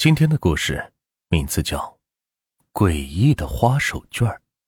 今天的故事名字叫《诡异的花手绢》。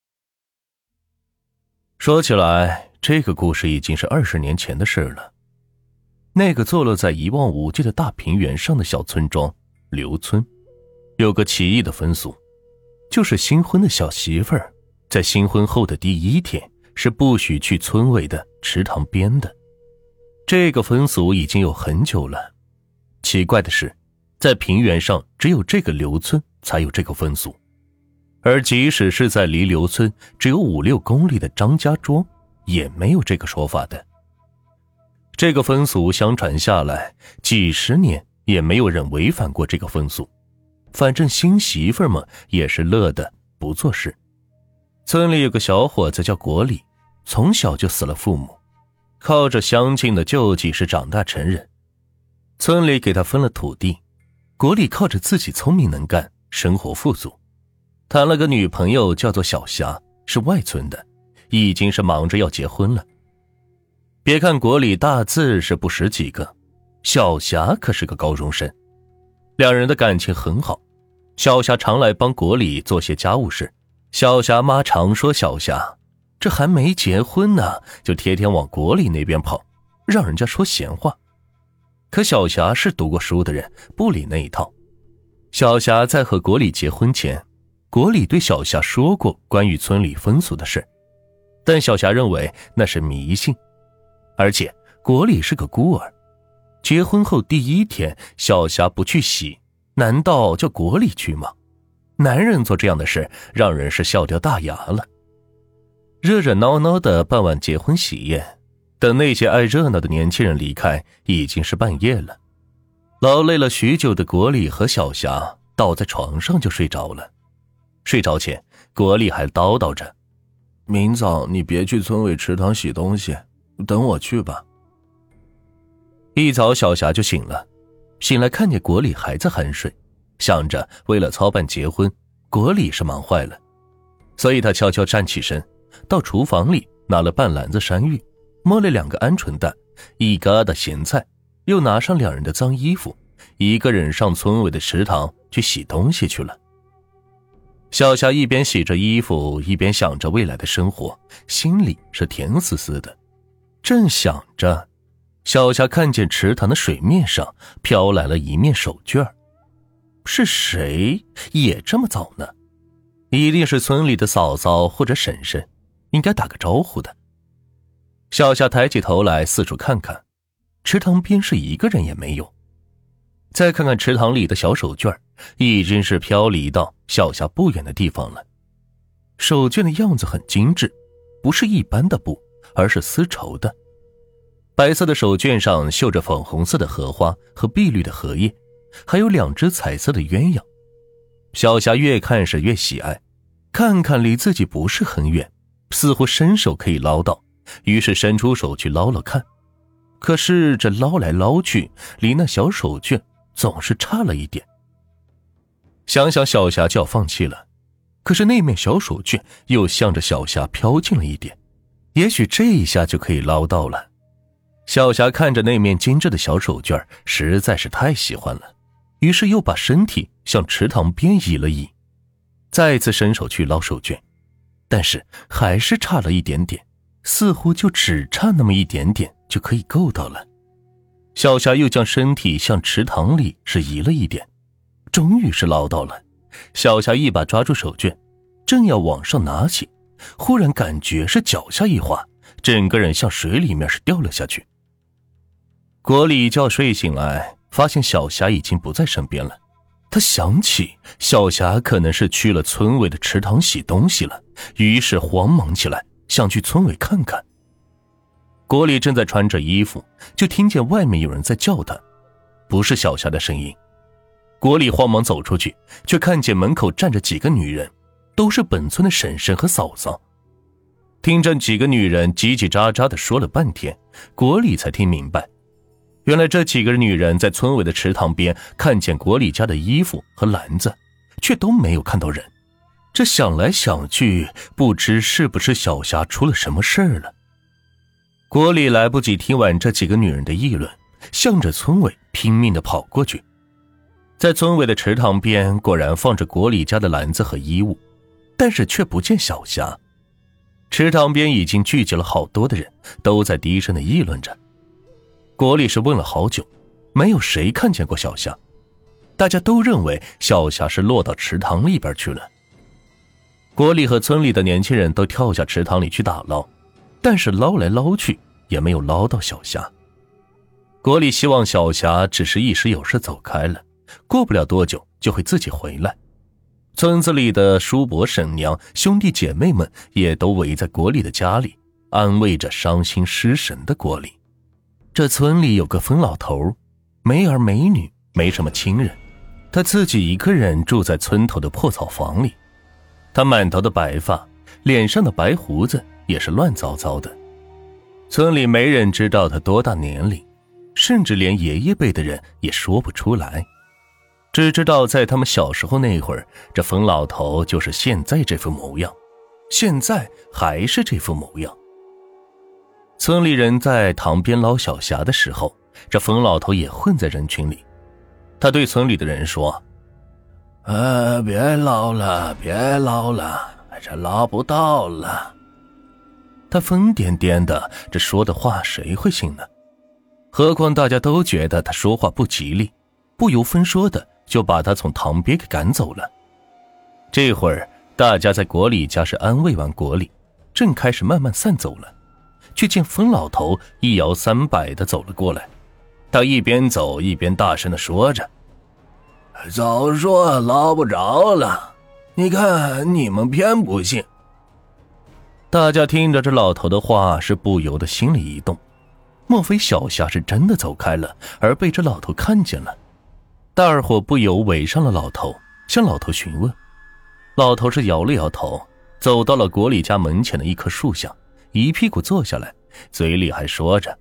说起来，这个故事已经是20年前的事了。那个坐落在一望无际的大平原上的小村庄刘村，有个奇异的风俗，就是新婚的小媳妇儿在新婚后的第一天是不许去村尾的池塘边的。这个风俗已经有很久了。奇怪的是，在平原上只有这个刘村才有这个风俗，而即使是在离刘村只有5-6公里的张家庄也没有这个说法的。这个风俗相传下来几十年也没有人违反过这个风俗，反正新媳妇们也是乐得不做事。村里有个小伙子叫国礼，从小就死了父母，靠着乡亲的救济是长大成人。村里给他分了土地，国礼靠着自己聪明能干，生活富足，谈了个女朋友叫做小霞，是外村的，已经是忙着要结婚了。别看国礼大字是不识几个，小霞可是个高中生，两人的感情很好。小霞常来帮国礼做些家务事，小霞妈常说小霞这还没结婚呢，就天天往国礼那边跑，让人家说闲话。可小霞是读过书的人，不理那一套。小霞在和国礼结婚前，国礼对小霞说过关于村里风俗的事，但小霞认为那是迷信，而且国礼是个孤儿，结婚后第一天小霞不去洗，难道叫国礼去吗？男人做这样的事让人是笑掉大牙了。热热闹闹的办完结婚喜宴，等那些爱热闹的年轻人离开，已经是半夜了。劳累了许久的国礼和小霞倒在床上就睡着了。睡着前，国礼还叨叨着：明早你别去村尾池塘洗东西，等我去吧。一早小霞就醒了，醒来看见国礼还在酣睡，想着为了操办结婚，国礼是忙坏了，所以他悄悄站起身，到厨房里拿了半篮子山芋，摸了2个鹌鹑蛋，一疙瘩咸菜，又拿上2人的脏衣服，一个人上村尾的池塘去洗东西去了。小霞一边洗着衣服，一边想着未来的生活，心里是甜丝丝的。正想着，小霞看见池塘的水面上飘来了一面手绢，是谁也这么早呢？一定是村里的嫂嫂或者婶婶，应该打个招呼的。小霞抬起头来四处看看，池塘边是一个人也没有。再看看池塘里的小手绢，已经是飘离到小霞不远的地方了。手绢的样子很精致，不是一般的布，而是丝绸的。白色的手绢上绣着粉红色的荷花和碧绿的荷叶，还有2只彩色的鸳鸯。小霞越看是越喜爱，看看离自己不是很远，似乎伸手可以捞到，于是伸出手去捞了看。可是这捞来捞去，离那小手绢总是差了一点。想想小霞就要放弃了，可是那面小手绢又向着小霞飘近了一点，也许这一下就可以捞到了。小霞看着那面精致的小手绢，实在是太喜欢了，于是又把身体向池塘边移了移，再次伸手去捞手绢，但是还是差了一点点，似乎就只差那么一点点就可以够到了。小霞又将身体向池塘里是移了一点，终于是捞到了。小霞一把抓住手绢，正要往上拿起，忽然感觉是脚下一滑，整个人向水里面是掉了下去。国礼一觉睡醒来，发现小霞已经不在身边了。他想起小霞可能是去了村尾的池塘洗东西了，于是慌忙起来，想去村尾看看。国礼正在穿着衣服，就听见外面有人在叫他，不是小霞的声音。国礼慌忙走出去，却看见门口站着几个女人，都是本村的婶婶和嫂嫂。听着几个女人叽叽喳喳地说了半天，国礼才听明白，原来这几个女人在村尾的池塘边看见国礼家的衣服和篮子，却都没有看到人。这想来想去，不知是不是小霞出了什么事儿了。国礼来不及听完这几个女人的议论，向着村尾拼命地跑过去。 在村尾的池塘边果然放着国里家的篮子和衣物，但是却不见小霞。池塘边已经聚集了好多的人，都在低声的议论着。国里是问了好久，没有谁看见过小霞，大家都认为小霞是落到池塘里边去了。国里和村里的年轻人都跳下池塘里去打捞，但是捞来捞去也没有捞到小霞。国里希望小霞只是一时有事走开了，过不了多久就会自己回来。村子里的叔伯婶娘兄弟姐妹们也都围在国里的家里，安慰着伤心失神的国里。这村里有个疯老头，没儿没女，没什么亲人，他自己一个人住在村头的破草房里。他满头的白发，脸上的白胡子也是乱糟糟的。村里没人知道他多大年龄，甚至连爷爷辈的人也说不出来，只知道在他们小时候那会儿，这疯老头就是现在这副模样，现在还是这副模样。村里人在塘边捞小霞的时候，这疯老头也混在人群里。他对村里的人说：别捞了，别捞了，这捞不到了。他疯癫癫的，这说的话谁会信呢？何况大家都觉得他说话不吉利，不由分说的就把他从塘边给赶走了。这会儿大家在国里家是安慰完国里，正开始慢慢散走了，却见疯老头一摇三摆的走了过来。他一边走一边大声的说着：早说捞不着了，你看你们偏不信。大家听着这老头的话，是不由得心里一动，莫非小霞是真的走开了，而被这老头看见了？大伙不由围上了老头，向老头询问。老头是摇了摇头，走到了国里家门前的一棵树下，一屁股坐下来，嘴里还说着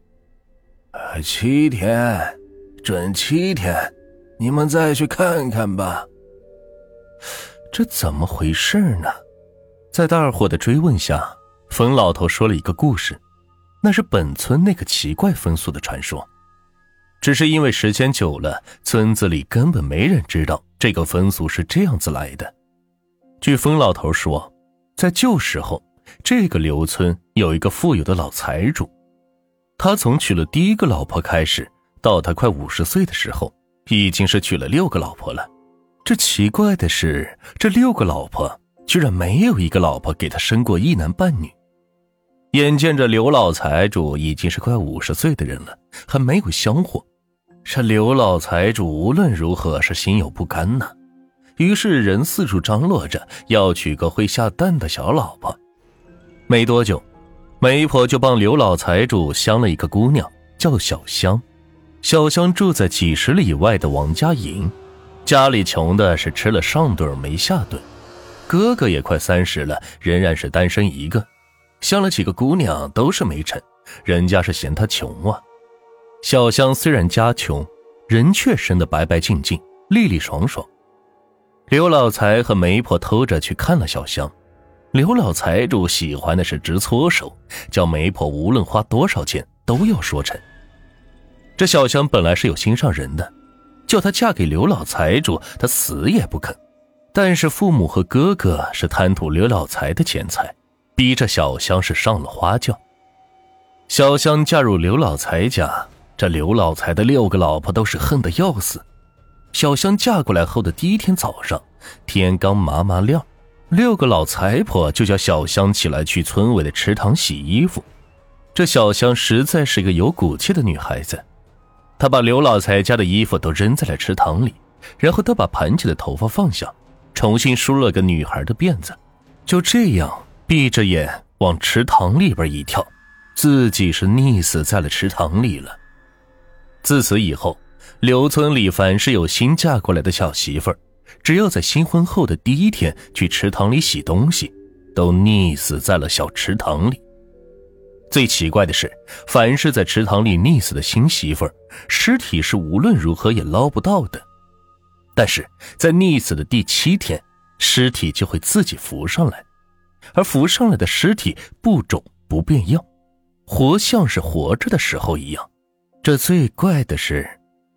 ：7天，准7天，你们再去看看吧。这怎么回事呢？在大伙的追问下，疯老头说了一个故事，那是本村那个奇怪风俗的传说。只是因为时间久了，村子里根本没人知道这个风俗是这样子来的。据疯老头说，在旧时候，这个刘村有一个富有的老财主，他从娶了第一个老婆开始，到他快50岁的时候，已经是娶了6个老婆了。这奇怪的是，这6个老婆居然没有一个老婆给他生过一男半女。眼见着刘老财主已经是快50岁的人了，还没有香火，这刘老财主无论如何是心有不甘呐。于是人四处张罗着要娶个会下蛋的小老婆。没多久，媒婆就帮刘老财主相了一个姑娘，叫小香。小香住在几十里以外的王家营，家里穷的是吃了上顿没下顿，哥哥也快30了，仍然是单身一个，相了几个姑娘都是没成，人家是嫌他穷啊。小香虽然家穷，人却生得白白净净，利利爽爽。刘老财和媒婆偷着去看了小香，刘老财主喜欢的是直搓手，叫媒婆无论花多少钱都要说成。这小香本来是有心上人的，叫她嫁给刘老财主，她死也不肯。但是父母和哥哥是贪图刘老财的钱财，逼着小香是上了花轿。小香嫁入刘老财家，这刘老财的6个老婆都是恨得要死。小香嫁过来后的第一天早上，天刚麻麻亮，6个老财婆就叫小香起来去村尾的池塘洗衣服。这小香实在是个有骨气的女孩子，她把刘老财家的衣服都扔在了池塘里，然后她把盘起的头发放下，重新梳了个女孩的辫子，就这样闭着眼往池塘里边一跳，自己是溺死在了池塘里了。自此以后，刘村里凡是有新嫁过来的小媳妇儿，只要在新婚后的第一天去池塘里洗东西，都溺死在了小池塘里。最奇怪的是，凡是在池塘里溺死的新媳妇儿，尸体是无论如何也捞不到的。但是在溺死的第7天，尸体就会自己浮上来，而浮上来的尸体不肿不变样，活像是活着的时候一样。这最怪的是，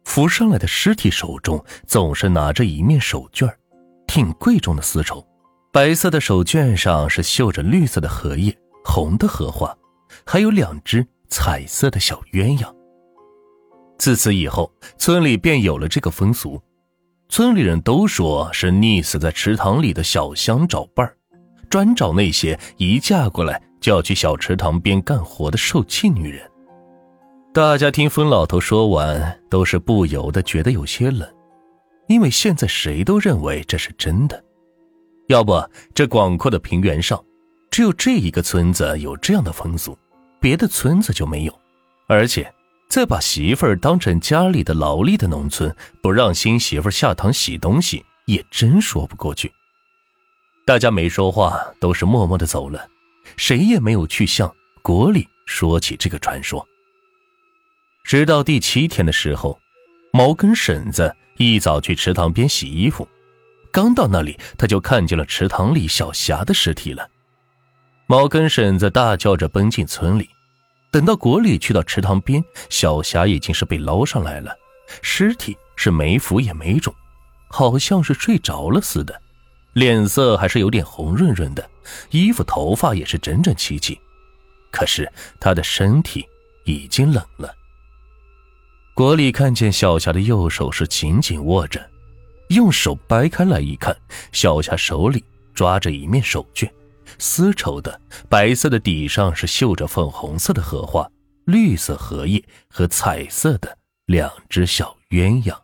浮上来的尸体手中总是拿着一面手绢，挺贵重的丝绸。白色的手绢上是绣着绿色的荷叶，红的荷花，还有2只彩色的小鸳鸯。自此以后，村里便有了这个风俗。村里人都说是溺死在池塘里的小香找伴儿，专找那些一嫁过来就要去小池塘边干活的受气女人。大家听疯老头说完，都是不由得觉得有些冷，因为现在谁都认为这是真的。要不这广阔的平原上，只有这一个村子有这样的风俗，别的村子就没有。而且再把媳妇儿当成家里的劳力的农村，不让新媳妇儿下堂洗东西，也真说不过去。大家没说话，都是默默地走了，谁也没有去向国里说起这个传说。直到第7天的时候，毛根婶子一早去池塘边洗衣服，刚到那里，他就看见了池塘里小霞的尸体了。毛根婶子大叫着奔进村里，等到国里去到池塘边，小霞已经是被捞上来了，尸体是没腐也没肿，好像是睡着了似的，脸色还是有点红润润的，衣服头发也是整整齐齐，可是她的身体已经冷了。国里看见小霞的右手是紧紧握着，用手掰开来一看，小霞手里抓着一面手绢，丝绸的，白色的底上是绣着粉红色的荷花、绿色荷叶和彩色的2只小鸳鸯。